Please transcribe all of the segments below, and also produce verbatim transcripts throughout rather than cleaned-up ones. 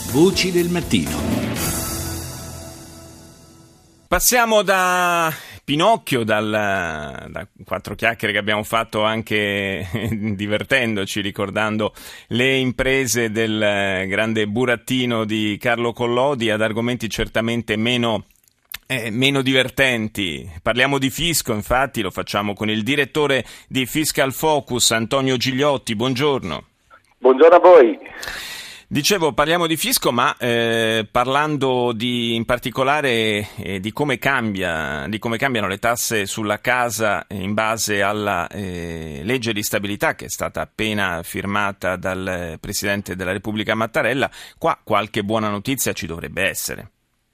Voci del mattino. Passiamo da Pinocchio, dal, da quattro chiacchiere che abbiamo fatto anche divertendoci, ricordando le imprese del grande burattino di Carlo Collodi, ad argomenti certamente meno Eh, meno divertenti. Parliamo di fisco, infatti lo facciamo con il direttore di Fiscal Focus, Antonio Gigliotti. Buongiorno. Buongiorno a voi. Dicevo, parliamo di fisco, ma eh, parlando di, in particolare eh, di come cambia, di come cambiano le tasse sulla casa in base alla eh, legge di stabilità che è stata appena firmata dal Presidente della Repubblica Mattarella, qua qualche buona notizia ci dovrebbe essere.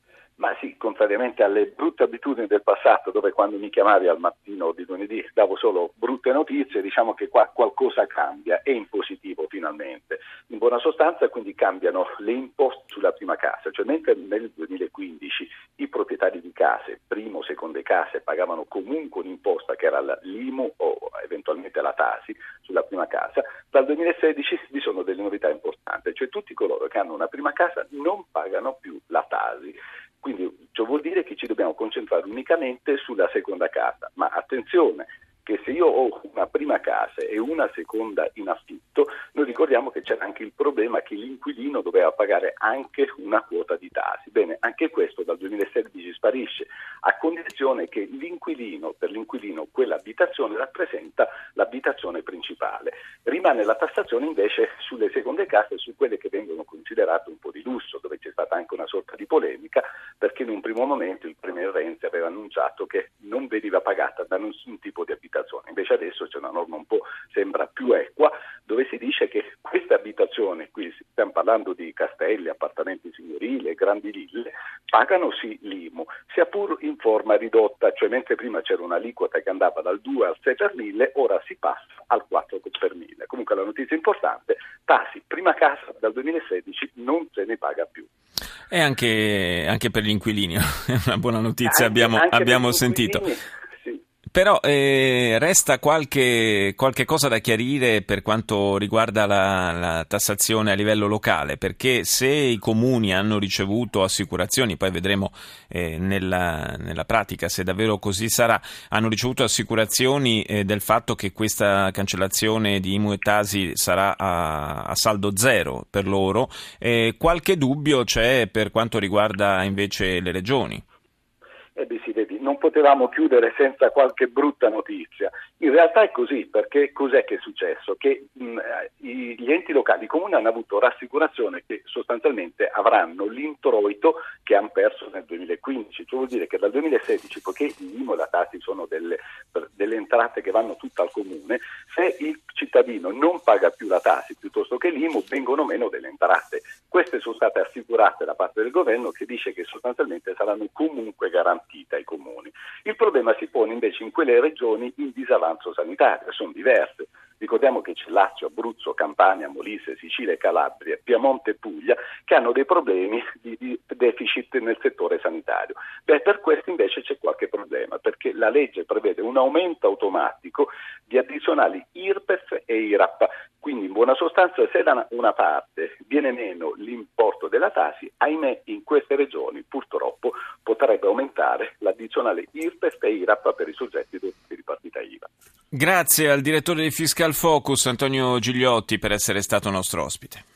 Ma sì, contrariamente alle brutte abitudini del passato, dove quando mi chiamavi al mattino di lunedì davo solo brutte notizie, diciamo che qua qualcosa cambia, e in positivo finalmente. In buona sostanza quindi cambiano le imposte sulla prima casa, cioè mentre nel duemilaquindici i proprietari di case, primo o seconde case, pagavano comunque un'imposta che era l'I M U o eventualmente la Tasi sulla prima casa, dal duemilasedici vi sono delle novità importanti, cioè tutti coloro che hanno una prima casa non pagano più la Tasi. Quindi ciò vuol dire che ci dobbiamo concentrare unicamente sulla seconda casa, ma attenzione che se io ho una prima casa e una seconda in affitto, noi ricordiamo che c'era anche il problema che l'inquilino doveva pagare anche una quota di Tasi. Bene, anche questo dal duemilasedici sparisce, a condizione che l'inquilino, per l'inquilino quell'abitazione rappresenta l'abitazione principale. Rimane la tassazione invece sulle seconde case, su quelle che vengono considerate un po' di lusso, dove c'è stata anche una sorta di polemica, perché in un primo momento il Premier Renzi aveva annunciato che non veniva pagata da nessun tipo di abitazione. Invece adesso c'è una norma un po' sembra più equa, dove si dice che queste abitazioni, qui stiamo parlando di castelli, appartamenti signorili e grandi ville, pagano sì l'I M U, sia pur in forma ridotta, cioè mentre prima c'era un'aliquota che andava dal due al sei per mille, ora si passa al quattro per mille. Comunque la notizia importante, Tasi, prima casa dal duemilasedici non se ne paga più. E anche, anche per gli inquilini, è una buona notizia, anche, abbiamo, anche abbiamo sentito. Sì. Però eh, resta qualche, qualche cosa da chiarire per quanto riguarda la, la tassazione a livello locale, perché se i comuni hanno ricevuto assicurazioni, poi vedremo eh, nella, nella pratica se davvero così sarà, hanno ricevuto assicurazioni eh, del fatto che questa cancellazione di I M U e Tasi sarà a, a saldo zero per loro, eh, qualche dubbio c'è per quanto riguarda invece le regioni. Eh beh, sì, vedi, non potevamo chiudere senza qualche brutta notizia. In realtà è così, perché cos'è che è successo? Che mh, gli enti locali, i comuni hanno avuto rassicurazione che sostanzialmente avranno l'introito che hanno perso nel duemilaquindici, cioè vuol dire che dal duemilasedici, poiché l'I M U e la Tasi sono delle, delle entrate che vanno tutte al comune, se il cittadino non paga più la Tasi piuttosto che l'I M U, vengono meno delle entrate. Queste sono state assicurate da parte del governo, che dice che sostanzialmente saranno comunque garantite ai comuni. Il problema si pone invece in quelle regioni in disavanzo sanitario, sono diverse. Ricordiamo che c'è Lazio, Abruzzo, Campania, Molise, Sicilia e Calabria, Piemonte e Puglia che hanno dei problemi di, di deficit nel settore sanitario. Beh, per questo invece c'è qualche problema, perché la legge prevede un aumento automatico di addizionali I R P E F e I R A P. Quindi in buona sostanza se da una parte viene meno l'importo della Tasi, ahimè in queste regioni purtroppo potrebbe aumentare l'addizionale I R P E F e I R A P per i soggetti dovuti di partita I V A. Grazie al direttore di Fiscal Focus, Antonio Gigliotti, per essere stato nostro ospite.